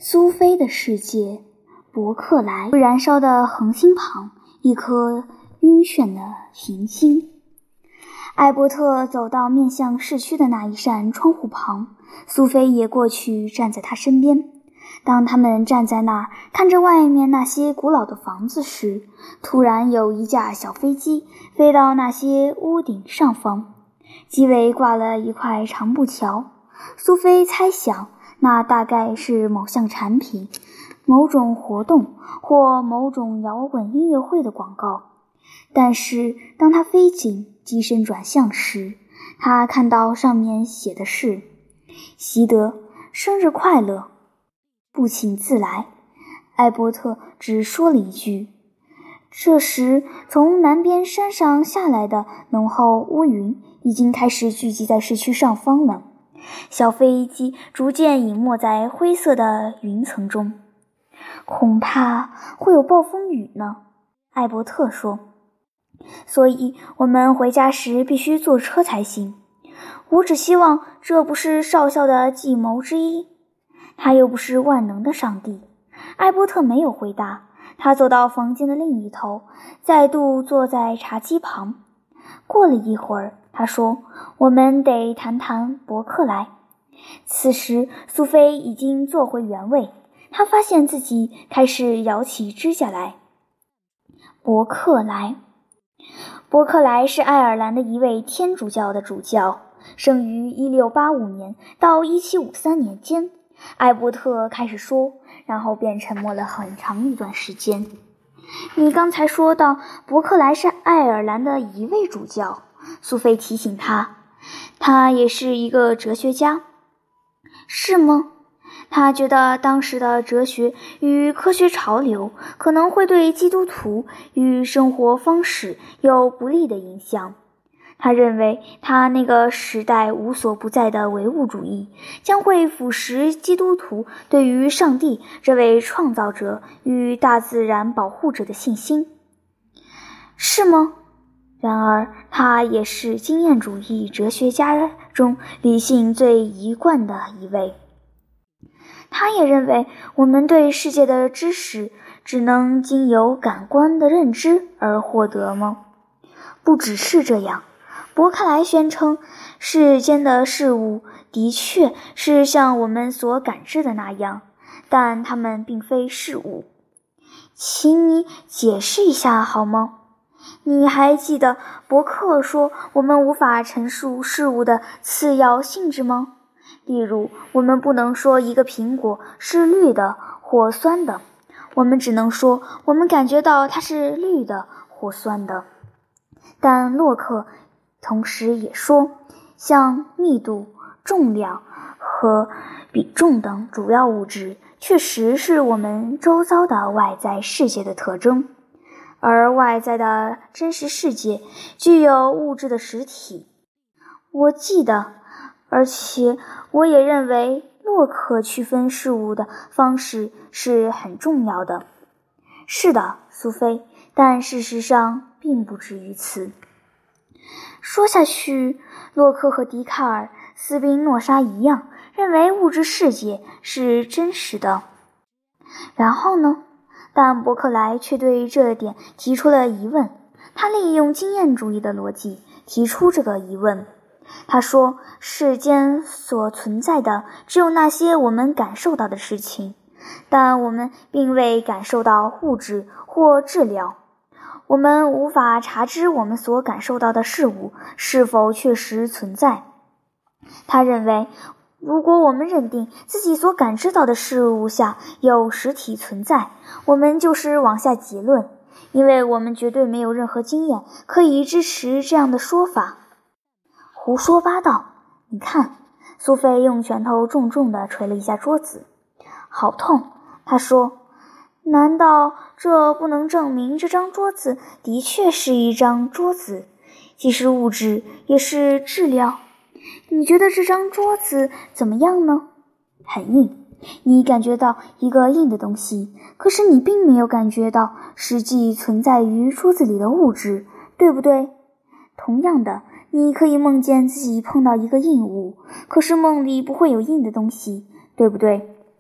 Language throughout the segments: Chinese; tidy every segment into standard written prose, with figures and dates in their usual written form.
苏菲的世界，伯克莱。燃烧的恒星旁，一颗晕眩的行星。艾伯特走到面向市区的那一扇窗户旁，苏菲也过去站在他身边。当他们站在那儿看着外面那些古老的房子时，突然有一架小飞机飞到那些屋顶上方，机尾挂了一块长布条。苏菲猜想那大概是某项产品、某种活动或某种摇滚音乐会的广告。但是当他飞进机身转向时，他看到上面写的是席德，生日快乐。不请自来，艾伯特只说了一句。这时从南边山上下来的浓厚乌云已经开始聚集在市区上方了，小飞机逐渐隐没在灰色的云层中。恐怕会有暴风雨呢，艾伯特说，所以我们回家时必须坐车才行。我只希望这不是少校的计谋之一，他又不是万能的上帝。艾伯特没有回答，他走到房间的另一头，再度坐在茶几旁。过了一会儿，他说，我们得谈谈伯克莱。此时苏菲已经坐回原位，她发现自己开始咬起指甲来。伯克莱是爱尔兰的一位天主教的主教，生于1685年到1753年间。艾伯特开始说，然后便沉默了很长一段时间。你刚才说到伯克莱是爱尔兰的一位主教，苏菲提醒他，他也是一个哲学家，是吗？他觉得当时的哲学与科学潮流可能会对基督徒与生活方式有不利的影响。他认为他那个时代无所不在的唯物主义将会腐蚀基督徒对于上帝这位创造者与大自然保护者的信心，是吗？然而他也是经验主义哲学家中理性最一贯的一位。他也认为我们对世界的知识只能经由感官的认知而获得吗？不只是这样，伯克莱宣称世间的事物的确是像我们所感知的那样，但它们并非事物。请你解释一下好吗？你还记得伯克说我们无法陈述事物的次要性质吗？例如，我们不能说一个苹果是绿的或酸的，我们只能说我们感觉到它是绿的或酸的。但洛克同时也说，像密度、重量和比重等主要物质确实是我们周遭的外在世界的特征，而外在的真实世界具有物质的实体。我记得，而且我也认为洛克区分事物的方式是很重要的。是的，苏菲，但事实上并不止于此。说下去，洛克和笛卡尔、斯宾诺莎一样，认为物质世界是真实的。然后呢？但伯克莱却对这点提出了疑问。他利用经验主义的逻辑提出这个疑问。他说，世间所存在的只有那些我们感受到的事情，但我们并未感受到物质或质量。我们无法察知我们所感受到的事物是否确实存在。他认为，如果我们认定自己所感知到的事物下有实体存在，我们就是往下结论，因为我们绝对没有任何经验可以支持这样的说法。胡说八道！你看，苏菲用拳头重重地捶了一下桌子。好痛，她说。难道这不能证明这张桌子的确是一张桌子，既是物质也是质料？你觉得这张桌子怎么样呢？很硬，你感觉到一个硬的东西，可是你并没有感觉到实际存在于桌子里的物质，对不对？同样的，你可以梦见自己碰到一个硬物，可是梦里不会有硬的东西，对不对？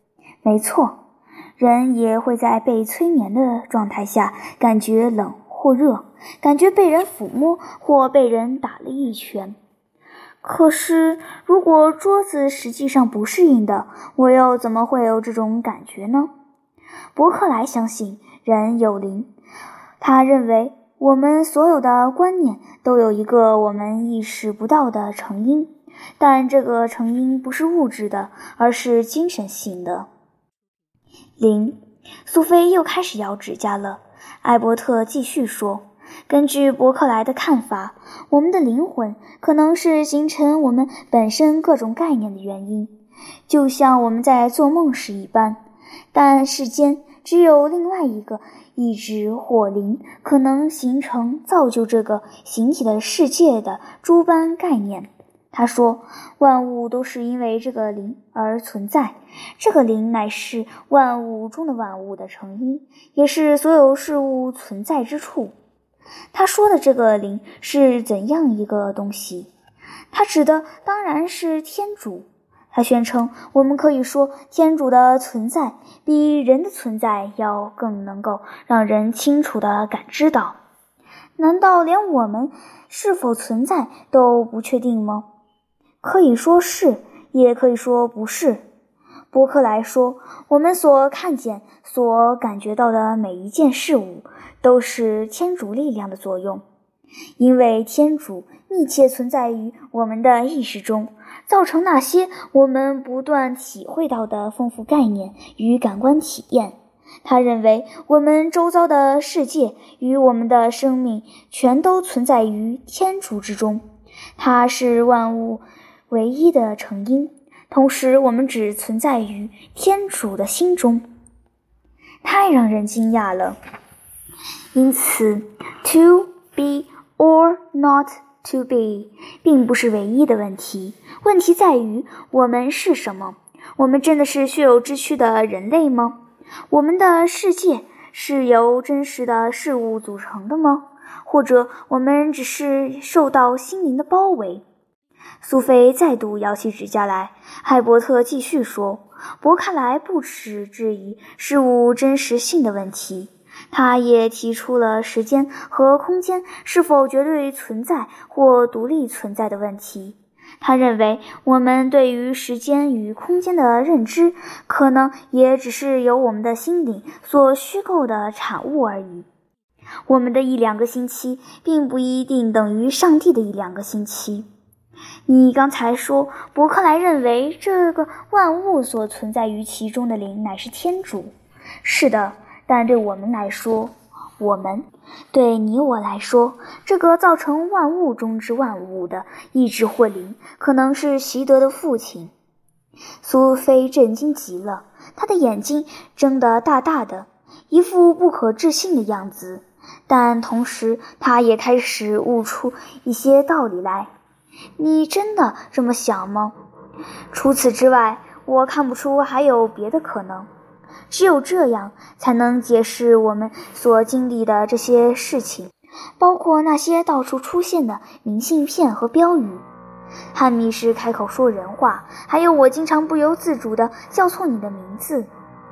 没错，人也会在被催眠的状态下感觉冷或热，感觉被人抚摸或被人打了一拳。可是，如果桌子实际上不是硬的，我又怎么会有这种感觉呢？伯克莱相信人有灵，他认为我们所有的观念都有一个我们意识不到的成因，但这个成因不是物质的，而是精神性的。灵，苏菲又开始咬指甲了。艾伯特继续说，根据伯克莱的看法，我们的灵魂可能是形成我们本身各种概念的原因，就像我们在做梦时一般，但世间只有另外一个意志或灵可能形成造就这个形体的世界的诸般概念。他说，万物都是因为这个灵而存在，这个灵乃是万物中的万物的成因，也是所有事物存在之处。他说的这个灵是怎样一个东西？他指的当然是天主。他宣称，我们可以说天主的存在比人的存在要更能够让人清楚地感知到。难道连我们是否存在都不确定吗？可以说是，也可以说不是。伯克莱说，我们所看见、所感觉到的每一件事物都是天主力量的作用，因为天主密切存在于我们的意识中，造成那些我们不断体会到的丰富概念与感官体验。他认为我们周遭的世界与我们的生命全都存在于天主之中，它是万物唯一的成因，同时我们只存在于天主的心中。太让人惊讶了。因此 to be or not to be 并不是唯一的问题，问题在于我们是什么？我们真的是血肉之躯的人类吗？我们的世界是由真实的事物组成的吗？或者我们只是受到心灵的包围？苏菲再度咬起指甲来。海伯特继续说，伯克莱不只质疑事物真实性的问题，他也提出了时间和空间是否绝对存在或独立存在的问题。他认为我们对于时间与空间的认知可能也只是由我们的心灵所虚构的产物而已。我们的1-2个星期并不一定等于上帝的1-2个星期。你刚才说伯克莱认为这个万物所存在于其中的灵乃是天主。是的，但对我们来说，对你我来说，这个造成万物中之万物的意志或灵可能是习德的父亲。苏菲震惊极了，她的眼睛睁得大大的，一副不可置信的样子，但同时她也开始悟出一些道理来。你真的这么想吗？除此之外，我看不出还有别的可能。只有这样才能解释我们所经历的这些事情，包括那些到处出现的明信片和标语。汉密士开口说人话，还有我经常不由自主地叫错你的名字。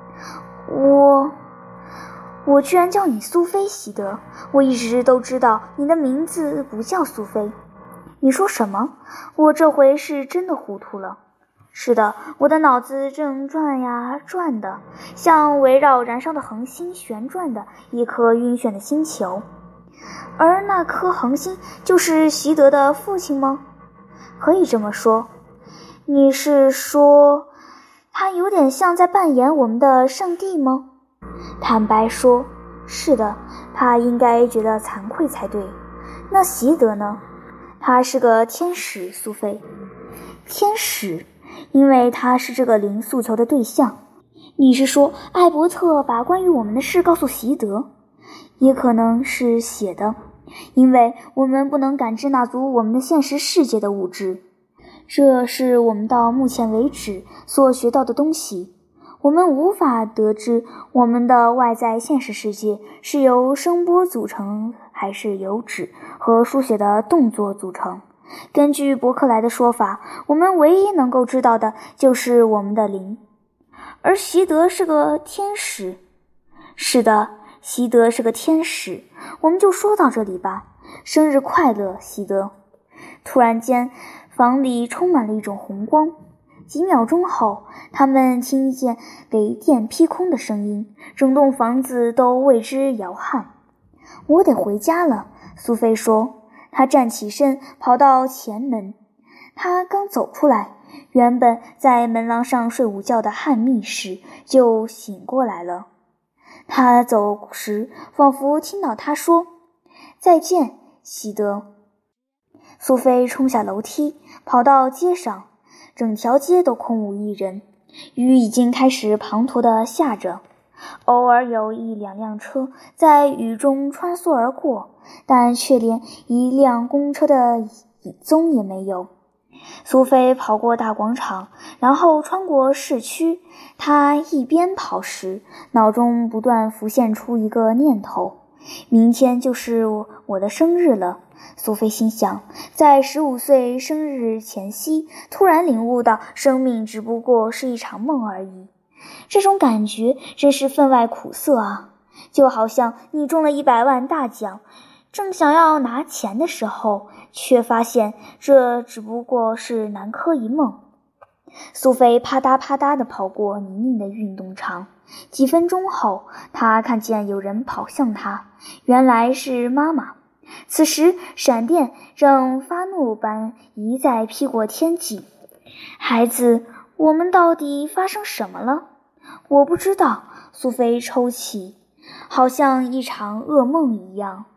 我居然叫你苏菲希德，我一直都知道你的名字不叫苏菲。你说什么？我这回是真的糊涂了。是的，我的脑子正转呀转的，像围绕燃烧的恒星旋转的一颗晕眩的星球。而那颗恒星就是席德的父亲吗？可以这么说。你是说他有点像在扮演我们的上帝吗？坦白说，是的，他应该觉得惭愧才对。那席德呢？他是个天使，苏菲。天使，因为他是这个灵诉求的对象。你是说艾伯特把关于我们的事告诉席德？也可能是写的，因为我们不能感知那组我们的现实世界的物质。这是我们到目前为止所学到的东西。我们无法得知我们的外在现实世界是由声波组成还是由纸和书写的动作组成。根据伯克莱的说法，我们唯一能够知道的就是我们的灵。 而习德是个天使。是的，习德是个天使。我们就说到这里吧。生日快乐，习德。突然间，房里充满了一种红光。几秒钟后，他们听见雷电劈空的声音，整栋房子都为之摇撼。我得回家了，苏菲说。她站起身，跑到前门。她刚走出来，原本在门廊上睡午觉的汉密士就醒过来了。他走时，仿佛听到他说：“再见，西德。”苏菲冲下楼梯，跑到街上，整条街都空无一人。雨已经开始滂沱地下着，偶尔有一两辆车在雨中穿梭而过，但却连一辆公车的影踪也没有。苏菲跑过大广场，然后穿过市区。她一边跑时，脑中不断浮现出一个念头：明天就是我的生日了。苏菲心想，在15岁生日前夕，突然领悟到生命只不过是一场梦而已。这种感觉真是分外苦涩啊，就好像你中了100万大奖，正想要拿钱的时候，却发现这只不过是南柯一梦。苏菲啪嗒啪嗒地跑过泥泞的运动场，几分钟后，她看见有人跑向她，原来是妈妈。此时，闪电正发怒般一再劈过天际。孩子，我们到底发生什么了？我不知道，苏菲抽泣，好像一场噩梦一样。